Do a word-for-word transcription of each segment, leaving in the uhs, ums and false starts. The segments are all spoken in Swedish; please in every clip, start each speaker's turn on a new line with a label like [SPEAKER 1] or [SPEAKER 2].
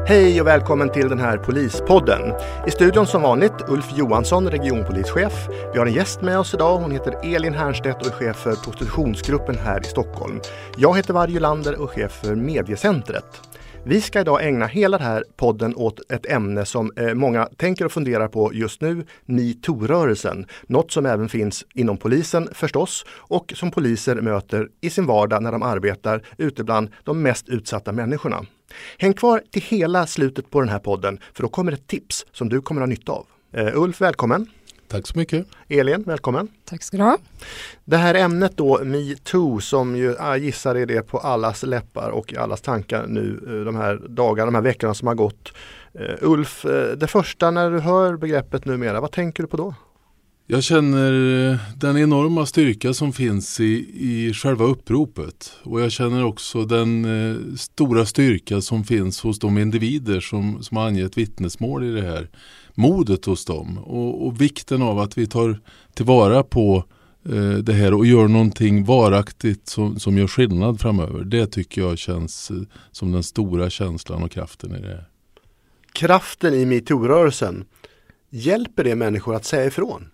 [SPEAKER 1] Hej och välkommen till den här polispodden. I studion som vanligt Ulf Johansson, regionpolischef. Vi har en gäst med oss idag. Hon heter Elin Härnstedt och är chef för prostitutionsgruppen här i Stockholm. Jag heter Varje Lander och är chef för Mediecentret. Vi ska idag ägna hela den här podden åt ett ämne som eh, många tänker och funderar på just nu, MeToo-rörelsen. Något som även finns inom polisen förstås och som poliser möter i sin vardag när de arbetar ute bland de mest utsatta människorna. Häng kvar till hela slutet på den här podden för då kommer ett tips som du kommer att ha nytta av. Uh, Ulf, välkommen.
[SPEAKER 2] Tack så mycket.
[SPEAKER 1] Elin, välkommen.
[SPEAKER 3] Tack ska du ha.
[SPEAKER 1] Det här ämnet då, MeToo, som ju jag gissar är det på allas läppar och allas tankar nu de här dagarna, de här veckorna som har gått. Uh, Ulf, det första när du hör begreppet numera, vad tänker du på då?
[SPEAKER 2] Jag känner den enorma styrka som finns i, i själva uppropet. Och jag känner också den eh, stora styrka som finns hos de individer som, som har angett vittnesmål i det här. Modet hos dem och, och vikten av att vi tar tillvara på eh, det här och gör någonting varaktigt som, som gör skillnad framöver. Det tycker jag känns eh, som den stora känslan och kraften i det här.
[SPEAKER 1] Kraften i MeToo-rörelsen, hjälper det människor att säga ifrån?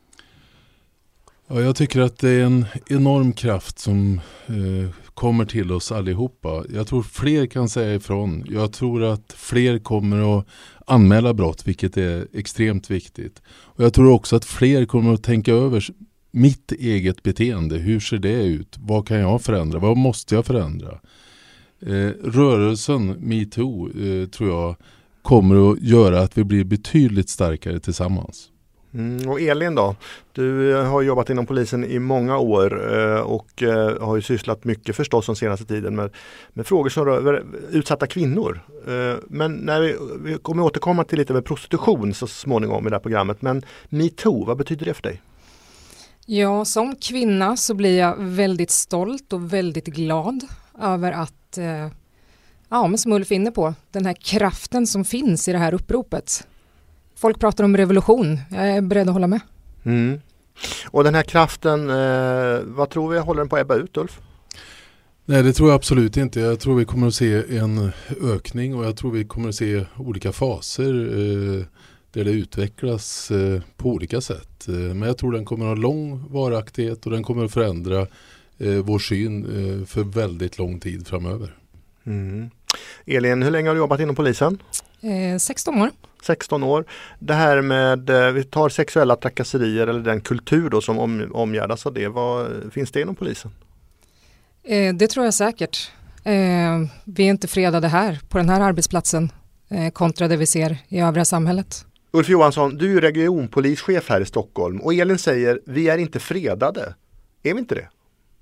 [SPEAKER 2] Ja, jag tycker att det är en enorm kraft som eh, kommer till oss allihopa. Jag tror fler kan säga ifrån. Jag tror att fler kommer att anmäla brott, vilket är extremt viktigt. Och jag tror också att fler kommer att tänka över mitt eget beteende. Hur ser det ut? Vad kan jag förändra? Vad måste jag förändra? Eh, rörelsen MeToo eh, tror jag kommer att göra att vi blir betydligt starkare tillsammans.
[SPEAKER 1] Mm, och Elin då, du har jobbat inom polisen i många år eh, och eh, har ju sysslat mycket förstås den senaste tiden med, med frågor som rör utsatta kvinnor. Eh, men när vi, vi kommer återkomma till lite med prostitution så småningom i det här programmet. Men MeToo, vad betyder det för dig?
[SPEAKER 3] Ja, som kvinna så blir jag väldigt stolt och väldigt glad över att, eh, ja men som Ulf är inne på, den här kraften som finns i det här uppropet. Folk pratar om revolution. Jag är beredd att hålla med.
[SPEAKER 1] Mm. Och den här kraften, eh, vad tror vi håller den på att ebba ut, Ulf?
[SPEAKER 2] Nej, det tror jag absolut inte. Jag tror vi kommer att se en ökning och jag tror vi kommer att se olika faser eh, där det utvecklas eh, på olika sätt. Eh, men jag tror den kommer att ha lång varaktighet och den kommer att förändra eh, vår syn eh, för väldigt lång tid framöver.
[SPEAKER 1] Mm. Elin, hur länge har du jobbat inom polisen?
[SPEAKER 3] Eh, sexton år.
[SPEAKER 1] sexton år. Det här med, vi tar sexuella trakasserier eller den kultur då som om, omgärdas av det. Vad, finns det inom polisen?
[SPEAKER 3] Eh, det tror jag säkert. Eh, vi är inte fredade här på den här arbetsplatsen eh, kontra det vi ser i övriga samhället.
[SPEAKER 1] Ulf Johansson, du är regionpolischef här i Stockholm och Elin säger vi är inte fredade. Är vi inte det?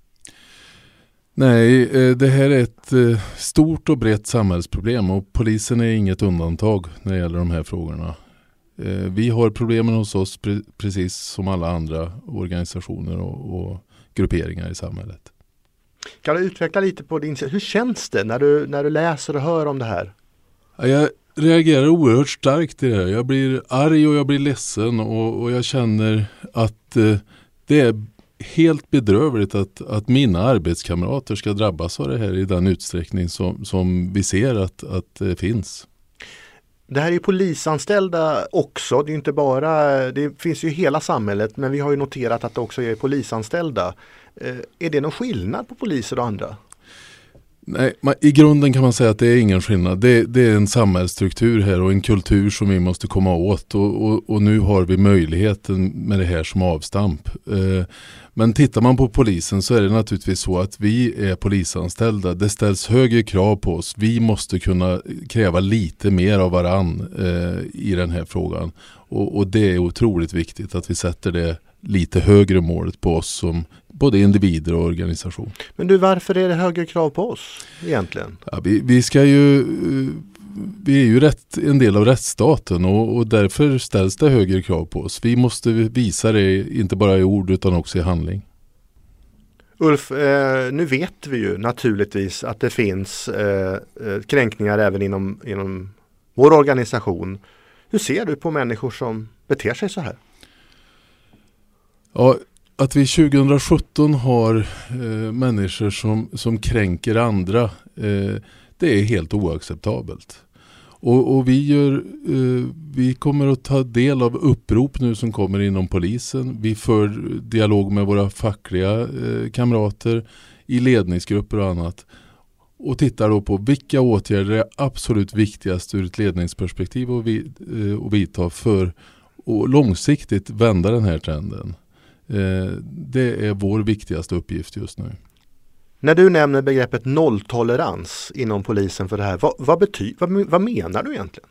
[SPEAKER 2] Nej, det här är ett stort och brett samhällsproblem och polisen är inget undantag när det gäller de här frågorna. Vi har problemen hos oss precis som alla andra organisationer och, och grupperingar i samhället.
[SPEAKER 1] Kan du utveckla lite på din, hur känns det när du, när du läser och hör om det här?
[SPEAKER 2] Jag reagerar oerhört starkt i det här. Jag blir arg och jag blir ledsen och, och jag känner att det är helt bedrövligt att, att mina arbetskamrater ska drabbas av det här i den utsträckning som, som vi ser att, att det finns.
[SPEAKER 1] Det här är ju polisanställda också. Det är inte bara, det finns ju i hela samhället, men vi har ju noterat att det också är polisanställda. Eh, är det någon skillnad på poliser och andra?
[SPEAKER 2] Nej, man, i grunden kan man säga att det är ingen skillnad. Det, det är en samhällsstruktur här och en kultur som vi måste komma åt och, och, och nu har vi möjligheten med det här som avstamp. Eh, men tittar man på polisen så är det naturligtvis så att vi är polisanställda. Det ställs högre krav på oss. Vi måste kunna kräva lite mer av varann eh, i den här frågan. Och, och det är otroligt viktigt att vi sätter det lite högre målet på oss som både individer och organisation.
[SPEAKER 1] Men du, varför är det högre krav på oss egentligen?
[SPEAKER 2] Ja, vi, vi ska ju vi är ju rätt, en del av rättsstaten och, och därför ställs det högre krav på oss. Vi måste visa det inte bara i ord utan också i handling.
[SPEAKER 1] Ulf, eh, nu vet vi ju naturligtvis att det finns eh, kränkningar även inom, inom vår organisation. Hur ser du på människor som beter sig så här?
[SPEAKER 2] Ja, att vi tjugo sjutton har eh, människor som, som kränker andra, eh, det är helt oacceptabelt. Och, och vi, gör, eh, vi kommer att ta del av upprop nu som kommer inom polisen. Vi för dialog med våra fackliga eh, kamrater i ledningsgrupper och annat. Och tittar då på vilka åtgärder är absolut viktigast ur ett ledningsperspektiv och vi, eh, och vidta för att långsiktigt vända den här trenden. Eh, det är vår viktigaste uppgift just nu.
[SPEAKER 1] När du nämner begreppet nolltolerans inom polisen för det här, vad, vad, bety- vad, vad menar du egentligen?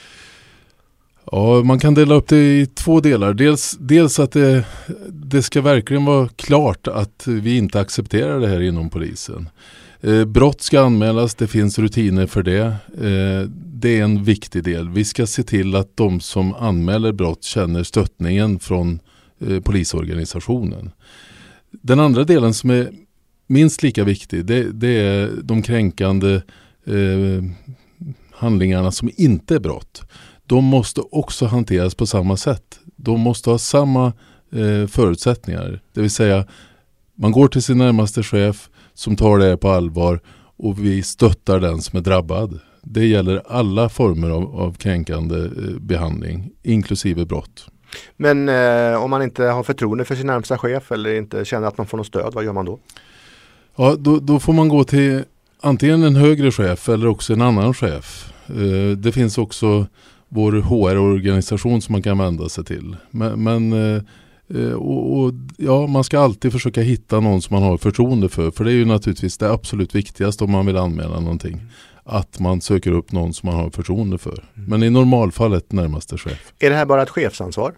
[SPEAKER 2] Ja, man kan dela upp det i två delar. Dels, dels att det, det ska verkligen vara klart att vi inte accepterar det här inom polisen. Eh, brott ska anmälas, det finns rutiner för det. Eh, det är en viktig del. Vi ska se till att de som anmäler brott känner stöttningen från eh, polisorganisationen. Den andra delen som är minst lika viktig, det, det är de kränkande eh, handlingarna som inte är brott. De måste också hanteras på samma sätt. De måste ha samma eh, förutsättningar. Det vill säga, man går till sin närmaste chef som tar det på allvar och vi stöttar den som är drabbad. Det gäller alla former av, av kränkande eh, behandling, inklusive brott.
[SPEAKER 1] Men eh, om man inte har förtroende för sin närmsta chef eller inte känner att man får något stöd, vad gör man då?
[SPEAKER 2] Ja, då, då får man gå till antingen en högre chef eller också en annan chef. Eh, det finns också vår H R-organisation som man kan vända sig till. Men, men eh, och, och, ja, man ska alltid försöka hitta någon som man har förtroende för. För det är ju naturligtvis det absolut viktigaste om man vill anmäla någonting. Att man söker upp någon som man har förtroende för. Men i normalfallet närmaste chef.
[SPEAKER 1] Är det här bara ett chefsansvar?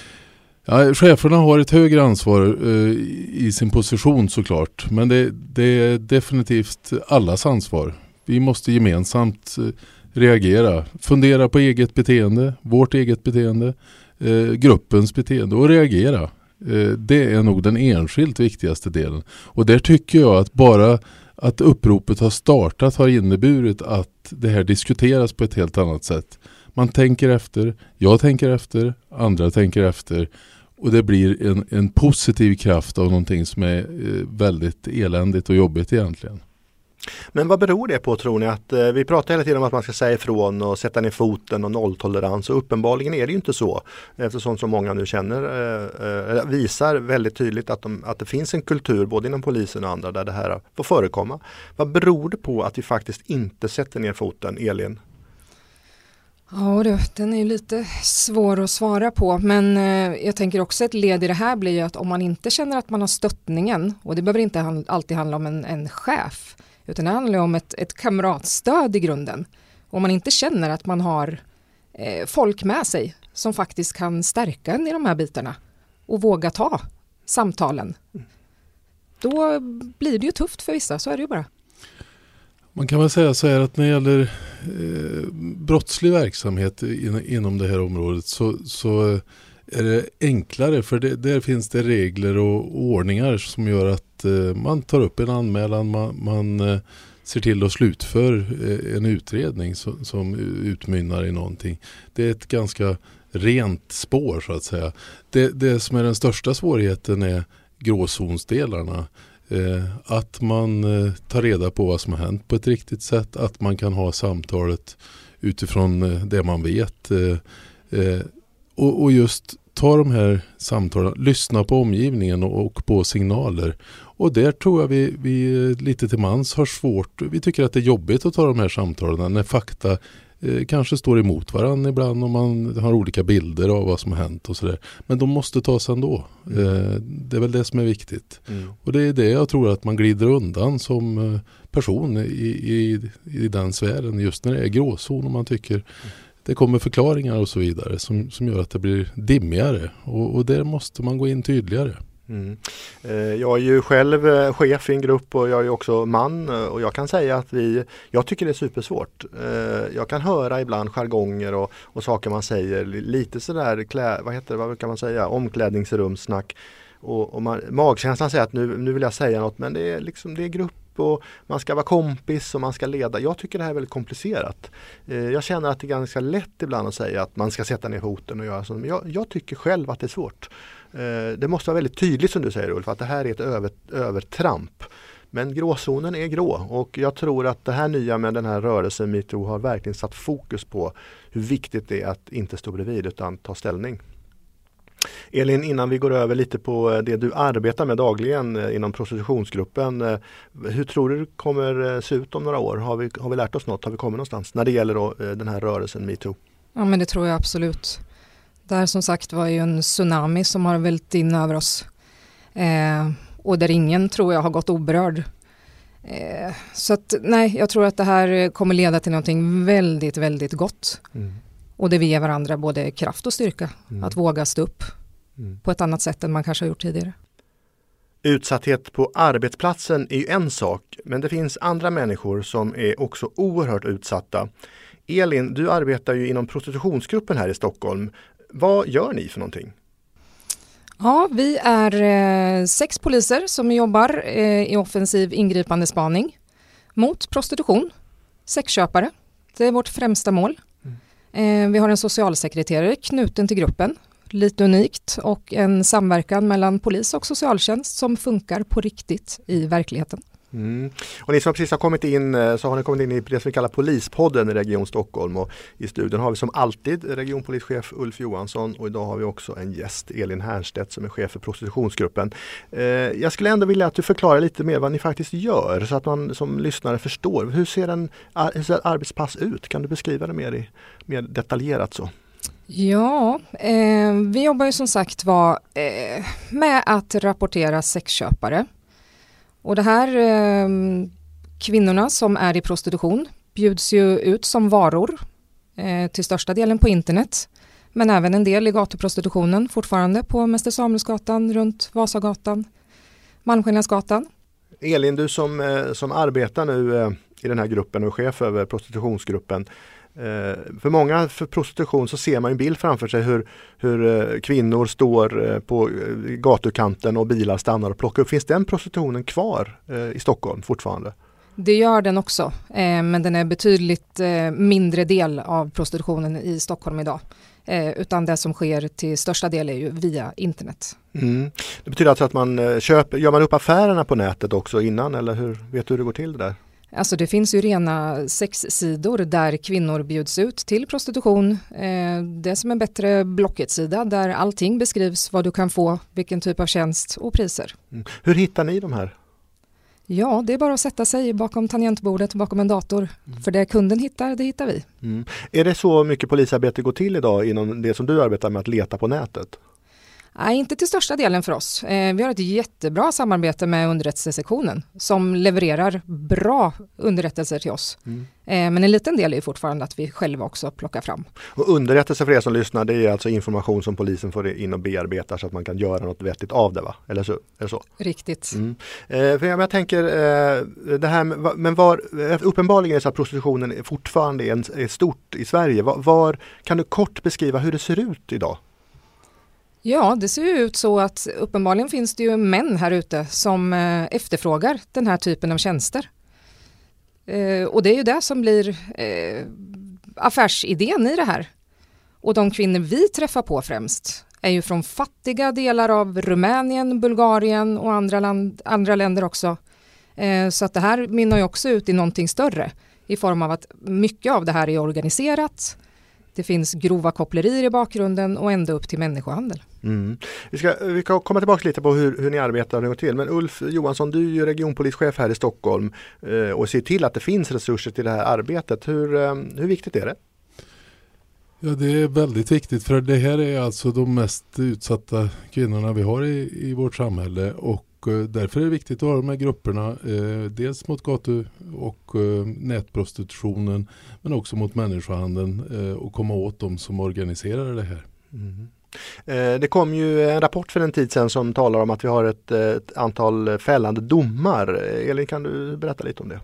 [SPEAKER 2] Ja, cheferna har ett högre ansvar eh, i sin position såklart. Men det, det är definitivt allas ansvar. Vi måste gemensamt eh, reagera. Fundera på eget beteende, vårt eget beteende, eh, gruppens beteende och reagera. Eh, det är nog den enskilt viktigaste delen. Och där tycker jag att bara att uppropet har startat har inneburit att det här diskuteras på ett helt annat sätt. Man tänker efter, jag tänker efter, andra tänker efter och det blir en, en positiv kraft av någonting som är eh, väldigt eländigt och jobbigt egentligen.
[SPEAKER 1] Men vad beror det på, tror ni? Att eh, vi pratar hela tiden om att man ska säga ifrån och sätta ner foten och nolltolerans och uppenbarligen är det ju inte så, eftersom så många nu känner eh, eh, visar väldigt tydligt att, de, att det finns en kultur både inom polisen och andra där det här får förekomma. Vad beror det på att vi faktiskt inte sätter ner foten, Elin?
[SPEAKER 3] Ja, du, den är ju lite svår att svara på, men eh, jag tänker också ett led i det här blir ju att om man inte känner att man har stöttningen, och det behöver inte hand, alltid handla om en, en chef, utan det handlar om ett, ett kamratstöd i grunden. Om man inte känner att man har eh, folk med sig som faktiskt kan stärka en i de här bitarna och våga ta samtalen, då blir det ju tufft för vissa, så är det ju bara.
[SPEAKER 2] Man kan väl säga så här att när det gäller eh, brottslig verksamhet in, inom det här området så, så är det enklare för det, där finns det regler och, och ordningar som gör att eh, man tar upp en anmälan, man, man eh, ser till att slutför eh, en utredning som, som utmynnar i någonting. Det är ett ganska rent spår så att säga. Det, det som är den största svårigheten är gråzonsdelarna. Eh, att man eh, tar reda på vad som har hänt på ett riktigt sätt, att man kan ha samtalet utifrån eh, det man vet eh, eh, och, och just ta de här samtalen, lyssna på omgivningen och, och på signaler. Och där tror jag vi, vi lite till mans har svårt, vi tycker att det är jobbigt att ta de här samtalen när fakta eh, kanske står emot varandra ibland och man har olika bilder av vad som har hänt och sådär. Men de måste tas ändå. Mm. Eh, det är väl det som är viktigt. Mm. Och det är det jag tror att man glider undan som eh, person i, i, i den sfären just när det är gråzon och man tycker mm. det kommer förklaringar och så vidare som, som gör att det blir dimmigare och, och där måste man gå in tydligare.
[SPEAKER 1] Mm. Jag är ju själv chef i en grupp och jag är också man och jag kan säga att vi, jag tycker det är supersvårt. Jag kan höra ibland jargonger och, och saker man säger, lite sådär, klä, vad heter det, vad kan man säga, omklädningsrumssnack och, och man, magkänslan säger att nu, nu vill jag säga något men det är liksom, det är grupp och man ska vara kompis och man ska leda. Jag tycker det här är väldigt komplicerat. Jag känner att det är ganska lätt ibland att säga att man ska sätta ner foten och göra så. Men jag, jag tycker själv att det är svårt. Det måste vara väldigt tydligt som du säger Ulf, att det här är ett över, övertramp. Men gråzonen är grå och jag tror att det här nya med den här rörelsen MeToo har verkligen satt fokus på hur viktigt det är att inte stå bredvid utan ta ställning. Elin, innan vi går över lite på det du arbetar med dagligen inom prostitutionsgruppen, hur tror du det kommer se ut om några år? Har vi, har vi lärt oss något? Har vi kommit någonstans när det gäller då, den här rörelsen MeToo?
[SPEAKER 3] Ja, men det tror jag absolut. Det här som sagt var ju en tsunami som har vält in över oss. Eh, och där ingen tror jag har gått oberörd. Eh, så att nej, jag tror att det här kommer leda till någonting väldigt, väldigt gott. Mm. Och det vi ger varandra både kraft och styrka. Mm. Att våga stå upp mm. på ett annat sätt än man kanske har gjort tidigare.
[SPEAKER 1] Utsatthet på arbetsplatsen är ju en sak, men det finns andra människor som är också oerhört utsatta. Elin, du arbetar ju inom prostitutionsgruppen här i Stockholm. Vad gör ni för någonting?
[SPEAKER 3] Ja, vi är eh, sex poliser som jobbar eh, i offensiv ingripande spaning mot prostitution, sexköpare. Det är vårt främsta mål. Mm. Eh, vi har en socialsekreterare knuten till gruppen, lite unikt, och en samverkan mellan polis och socialtjänst som funkar på riktigt i verkligheten.
[SPEAKER 1] Mm. Och ni som precis har kommit in, så har ni kommit in i det som vi kallar Polispodden i Region Stockholm, och i studion har vi som alltid regionpolischef Ulf Johansson, och idag har vi också en gäst, Elin Härnstedt, som är chef för prostitutionsgruppen. Eh, jag skulle ändå vilja att du förklarar lite mer vad ni faktiskt gör så att man som lyssnare förstår. Hur ser en, hur ser ett arbetspass ut? Kan du beskriva det mer, i, mer detaljerat så?
[SPEAKER 3] Ja, eh, vi jobbar ju som sagt var eh, med att rapportera sexköpare. Och det här eh, kvinnorna som är i prostitution bjuds ju ut som varor eh, till största delen på internet. Men även en del i gatuprostitutionen fortfarande på Mäster Samuelsgatan, runt Vasagatan, Malmskillnadsgatan.
[SPEAKER 1] Elin, du som, eh, som arbetar nu eh, i den här gruppen och är chef över prostitutionsgruppen. För många för prostitution så ser man en bild framför sig hur, hur kvinnor står på gatukanten och bilar stannar och plockar upp. Finns den prostitutionen kvar i Stockholm fortfarande?
[SPEAKER 3] Det gör den också, men den är betydligt mindre del av prostitutionen i Stockholm idag. Utan det som sker till största del är ju via internet.
[SPEAKER 1] Mm. Det betyder alltså att man köper, gör man upp affärerna på nätet också innan, eller hur, vet du hur det går till det där?
[SPEAKER 3] Alltså det finns ju rena sexsidor där kvinnor bjuds ut till prostitution. Det är som en bättre Blocket-sida där allting beskrivs, vad du kan få, vilken typ av tjänst och priser.
[SPEAKER 1] Mm. Hur hittar ni de här?
[SPEAKER 3] Ja, det är bara att sätta sig bakom tangentbordet, bakom en dator. Mm. För det kunden hittar, det hittar vi.
[SPEAKER 1] Mm. Är det så mycket polisarbete går till idag inom det som du arbetar med, att leta på nätet?
[SPEAKER 3] Nej, inte till största delen för oss. Eh, vi har ett jättebra samarbete med underrättelsesektionen som levererar bra underrättelser till oss. Mm. Eh, men en liten del är fortfarande att vi själva också plockar fram. Och
[SPEAKER 1] underrättelse för er som lyssnar, det är alltså information som polisen får in och bearbetar så att man kan göra något vettigt av det, va? Eller så? Eller så?
[SPEAKER 3] Riktigt.
[SPEAKER 1] Mm. Eh, för jag, jag tänker, eh, det här med, men var, uppenbarligen är så att prostitutionen fortfarande är, en, är stort i Sverige. Var, var, kan du kort beskriva hur det ser ut idag?
[SPEAKER 3] Ja, det ser ju ut så att uppenbarligen finns det ju män här ute som eh, efterfrågar den här typen av tjänster. Eh, och det är ju det som blir eh, affärsidén i det här. Och de kvinnor vi träffar på främst är ju från fattiga delar av Rumänien, Bulgarien och andra, land, andra länder också. Eh, så att det här mynnar ju också ut i någonting större i form av att mycket av det här är organiserat. Det finns grova kopplerier i bakgrunden och ända upp till människohandel.
[SPEAKER 1] Mm. Vi, ska, vi ska komma tillbaka lite på hur, hur ni arbetar och hur det går till. Men Ulf Johansson, du är ju regionpolischef här i Stockholm eh, och ser till att det finns resurser till det här arbetet. Hur, eh, hur viktigt är det?
[SPEAKER 2] Ja, det är väldigt viktigt, för det här är alltså de mest utsatta kvinnorna vi har i, i vårt samhälle, och därför är det viktigt att ha de här grupperna, eh, dels mot gatu- och eh, nätprostitutionen, men också mot människohandeln, eh, och komma åt dem som organiserar det här.
[SPEAKER 1] Mm. Eh, det kom ju en rapport för en tid sedan som talar om att vi har ett, ett antal fällande domar. Elin, kan du berätta lite om det?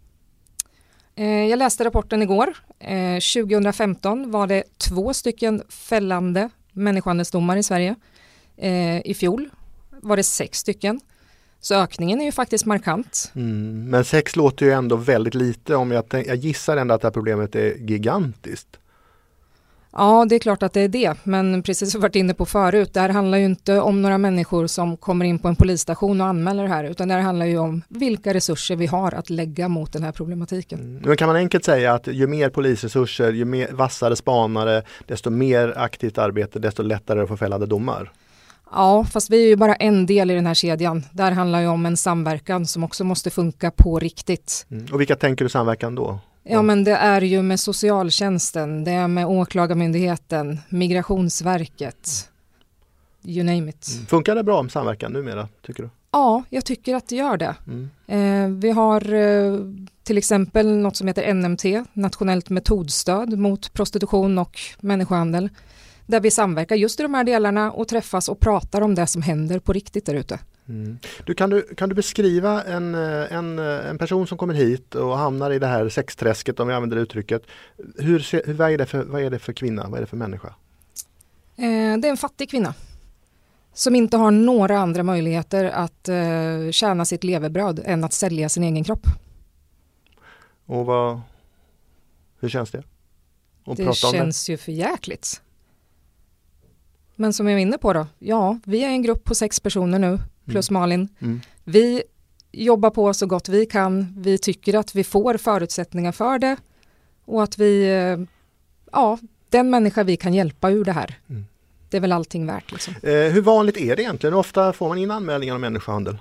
[SPEAKER 3] Eh, jag läste rapporten igår. Eh, tjugohundrafemton var det två stycken fällande människohandelsdomar i Sverige. Eh, I fjol var det sex stycken. Så ökningen är ju faktiskt markant.
[SPEAKER 1] Mm, men sex låter ju ändå väldigt lite. Om jag, tänk, jag gissar ändå att det här problemet är gigantiskt.
[SPEAKER 3] Ja, det är klart att det är det. Men precis som vi varit inne på förut, det här handlar ju inte om några människor som kommer in på en polisstation och anmäler det här, utan det här handlar ju om vilka resurser vi har att lägga mot den här problematiken.
[SPEAKER 1] Mm. Men kan man enkelt säga att ju mer polisresurser, ju mer vassare spanare, desto mer aktivt arbete, desto lättare att få fällande domar?
[SPEAKER 3] Ja, fast vi är ju bara en del i den här kedjan. Där handlar ju om en samverkan som också måste funka på riktigt.
[SPEAKER 1] Mm. Och vilka tänker du samverkan då?
[SPEAKER 3] Ja, men det är ju med socialtjänsten, det är med åklagarmyndigheten, Migrationsverket, you name it.
[SPEAKER 1] Mm. Funkar det bra med samverkan numera, tycker du?
[SPEAKER 3] Ja, jag tycker att det gör det.
[SPEAKER 1] Mm.
[SPEAKER 3] Eh, vi har eh, till exempel något som heter N M T, Nationellt metodstöd mot prostitution och människohandel, där vi samverkar just i de här delarna och träffas och pratar om det som händer på riktigt där ute.
[SPEAKER 1] Mm. Du, kan, du, kan du beskriva en, en, en person som kommer hit och hamnar i det här sexträsket, om vi använder det uttrycket. Hur, hur, vad, är det för, vad är det för kvinna? Vad är det för människa?
[SPEAKER 3] Eh, det är en fattig kvinna som inte har några andra möjligheter att eh, tjäna sitt levebröd än att sälja sin egen kropp.
[SPEAKER 1] Och vad, hur känns det? Och
[SPEAKER 3] det känns det? ju för jäkligt. Men som jag är inne på då, ja, vi är en grupp på sex personer nu, plus mm. Malin. Mm. Vi jobbar på så gott vi kan. Vi tycker att vi får förutsättningar för det. Och att vi, ja, den människa vi kan hjälpa ur det här. Mm. Det är väl allting värt. Liksom.
[SPEAKER 1] Eh, hur vanligt är det egentligen? Hur ofta får man in anmälningar om människohandel?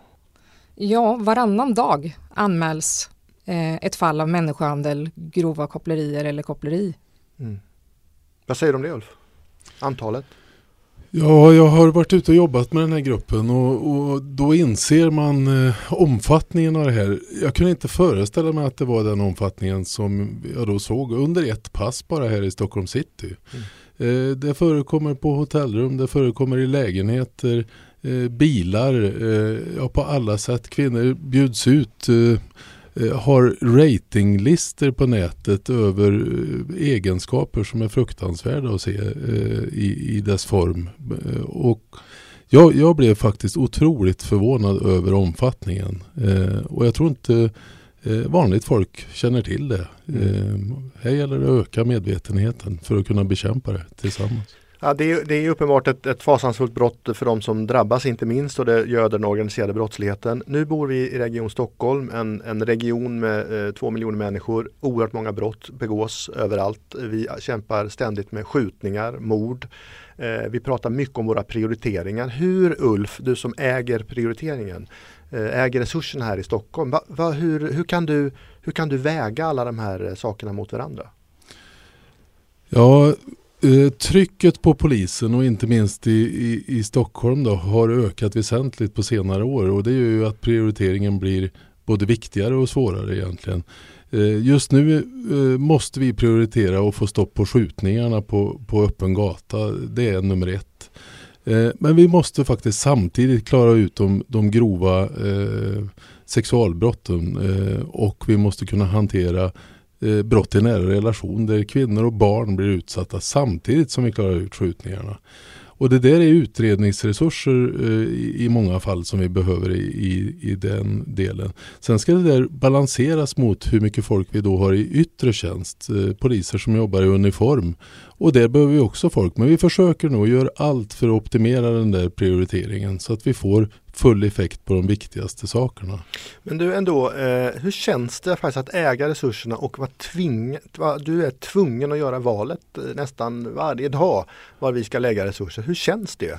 [SPEAKER 3] Ja, varannan dag anmäls eh, ett fall av människohandel, grova kopplerier eller koppleri.
[SPEAKER 1] Mm. Vad säger du om det, Ulf? Antalet?
[SPEAKER 2] Ja, jag har varit ute och jobbat med den här gruppen och, och då inser man eh, omfattningen av det här. Jag kunde inte föreställa mig att det var den omfattningen som jag då såg under ett pass bara här i Stockholm city. Mm. Eh, det förekommer på hotellrum, det förekommer i lägenheter, eh, bilar, eh, ja, på alla sätt. Kvinnor bjuds ut, eh, har ratinglistor på nätet över egenskaper som är fruktansvärda att se i, i dess form. Och jag, jag blev faktiskt otroligt förvånad över omfattningen. Och jag tror inte vanligt folk känner till det. Mm. Här gäller det att öka medvetenheten för att kunna bekämpa det tillsammans.
[SPEAKER 1] Ja, det är, det är uppenbart ett, ett fasansfullt brott för de som drabbas, inte minst, och det gör den organiserade brottsligheten. Nu bor vi i Region Stockholm, en, en region med eh, två miljoner människor. Oerhört många brott begås överallt. Vi kämpar ständigt med skjutningar, mord. Eh, vi pratar mycket om våra prioriteringar. Hur, Ulf, du som äger prioriteringen, eh, äger resurserna här i Stockholm, va, va, hur, hur, kan du, hur kan du väga alla de här sakerna mot varandra?
[SPEAKER 2] Ja, trycket på polisen och inte minst i, i, i Stockholm då, har ökat väsentligt på senare år, och det gör ju att prioriteringen blir både viktigare och svårare egentligen. Just nu måste vi prioritera och få stopp på skjutningarna på, på öppen gata. Det är nummer ett. Men vi måste faktiskt samtidigt klara ut de, de grova eh, sexualbrotten eh, och vi måste kunna hantera brott i nära relation där kvinnor och barn blir utsatta samtidigt som vi klarar ut skjutningarna. Och det där är utredningsresurser eh, i, i många fall som vi behöver i, i, i den delen. Sen ska det där balanseras mot hur mycket folk vi då har i yttre tjänst. Eh, poliser som jobbar i uniform. Och där behöver vi också folk. Men vi försöker nog göra allt för att optimera den där prioriteringen så att vi får full effekt på de viktigaste sakerna.
[SPEAKER 1] Men du ändå, eh, hur känns det faktiskt att äga resurserna och vara tving, va, du är tvungen att göra valet eh, nästan varje dag var vi ska lägga resurser. Hur känns det?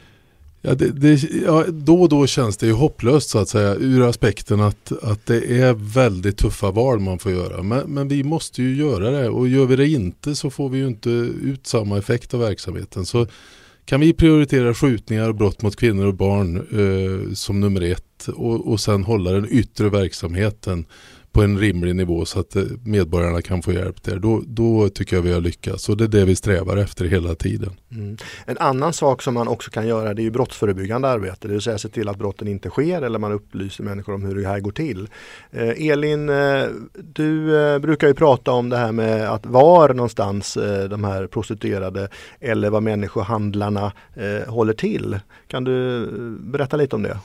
[SPEAKER 2] Ja, det, det, ja, då och då känns det ju hopplöst så att säga ur aspekten att, att det är väldigt tuffa val man får göra. Men, men vi måste ju göra det, och gör vi det inte så får vi ju inte ut samma effekt av verksamheten. Så kan vi prioritera skjutningar och brott mot kvinnor och barn eh, som nummer ett och, och sen hålla den yttre verksamheten på en rimlig nivå så att medborgarna kan få hjälp där, då, då tycker jag vi har lyckats. Och det är det vi strävar efter hela tiden.
[SPEAKER 1] Mm. En annan sak som man också kan göra, det är ju brottsförebyggande arbete. Det vill säga se till att brotten inte sker eller man upplyser människor om hur det här går till. Eh, Elin, eh, du eh, brukar ju prata om det här med att var någonstans eh, de här prostituerade eller vad människohandlarna eh, håller till. Kan du berätta lite om det?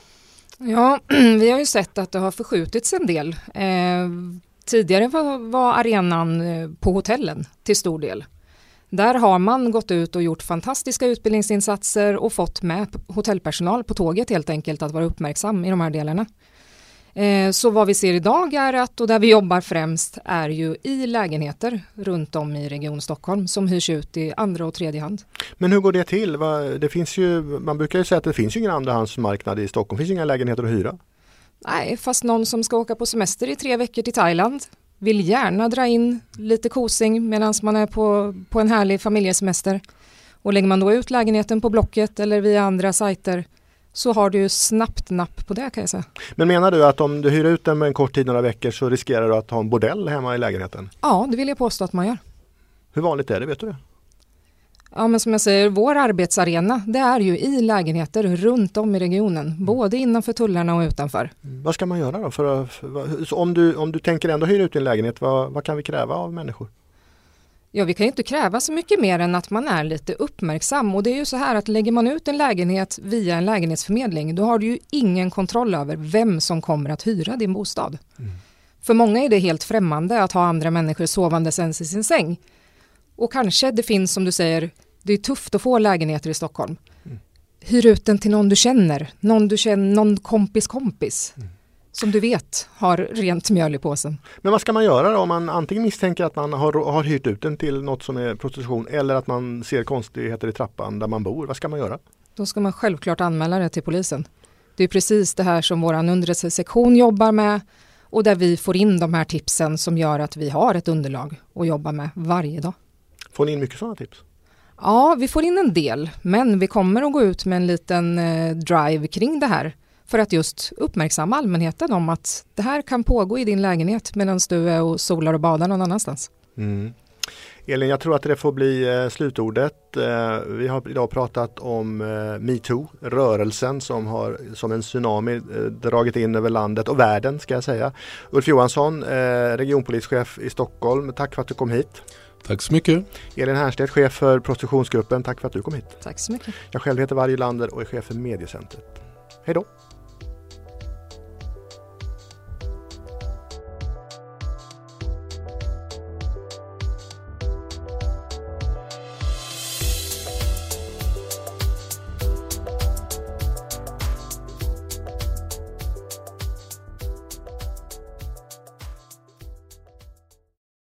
[SPEAKER 3] Ja, vi har ju sett att det har förskjutits en del. Eh, tidigare var, var arenan på hotellen till stor del. Där har man gått ut och gjort fantastiska utbildningsinsatser och fått med hotellpersonal på tåget helt enkelt att vara uppmärksam i de här delarna. Eh, så vad vi ser idag är att, och där vi jobbar främst, är ju i lägenheter runt om i Region Stockholm som hyrs ut i andra och tredje hand.
[SPEAKER 1] Men hur går det till? Det finns ju, man brukar ju säga att det finns ju ingen andrahandsmarknad i Stockholm. Det finns ju inga lägenheter att hyra.
[SPEAKER 3] Nej, fast någon som ska åka på semester i tre veckor till Thailand vill gärna dra in lite kosing medan man är på, på en härlig familjesemester. Och lägger man då ut lägenheten på Blocket eller via andra sajter så har du ju snabbt napp på det, kan jag säga. Men
[SPEAKER 1] menar du att om du hyr ut den med en kort tid, några veckor, så riskerar du att ha en bordell hemma i lägenheten?
[SPEAKER 3] Ja, det vill jag påstå att man gör.
[SPEAKER 1] Hur vanligt är det, vet du det?
[SPEAKER 3] Ja, men som jag säger, vår arbetsarena, det är ju i lägenheter runt om i regionen, mm. både innanför tullarna och utanför.
[SPEAKER 1] Mm. Vad ska man göra då? För att, för, så om, du, om du tänker ändå hyra ut din lägenhet, vad, vad kan vi kräva av människor?
[SPEAKER 3] Ja, vi kan ju inte kräva så mycket mer än att man är lite uppmärksam. Och det är ju så här att lägger man ut en lägenhet via en lägenhetsförmedling, då har du ju ingen kontroll över vem som kommer att hyra din bostad. Mm. För många är det helt främmande att ha andra människor sovandes ens i sin säng. Och kanske det finns, som du säger, det är tufft att få lägenheter i Stockholm. Mm. Hyr ut den till någon du känner, någon du känner, någon kompis kompis. Mm. Som du vet har rent mjöl i påsen. Men vad ska man göra då om man antingen misstänker att man har, har hyrt ut den till något som är prostitution eller att man ser konstigheter i trappan där man bor? Vad ska man göra? Då ska man självklart anmäla det till polisen. Det är precis det här som vår underrättelsesektion jobbar med och där vi får in de här tipsen som gör att vi har ett underlag att jobba med varje dag. Får ni in mycket sådana tips? Ja, vi får in en del, men vi kommer att gå ut med en liten eh, drive kring det här. För att just uppmärksamma allmänheten om att det här kan pågå i din lägenhet medan du är och solar och badar någon annanstans. Mm. Elin, jag tror att det får bli eh, slutordet. Eh, vi har idag pratat om eh, MeToo, rörelsen som har som en tsunami eh, dragit in över landet och världen, ska jag säga. Ulf Johansson, eh, regionpolischef i Stockholm, tack för att du kom hit.
[SPEAKER 2] Tack så mycket.
[SPEAKER 1] Elin Härnstedt, chef för prostitutionsgruppen, tack för att du kom hit.
[SPEAKER 3] Tack så mycket.
[SPEAKER 1] Jag själv heter Varje Lander och är chef för Mediecentret. Hej då!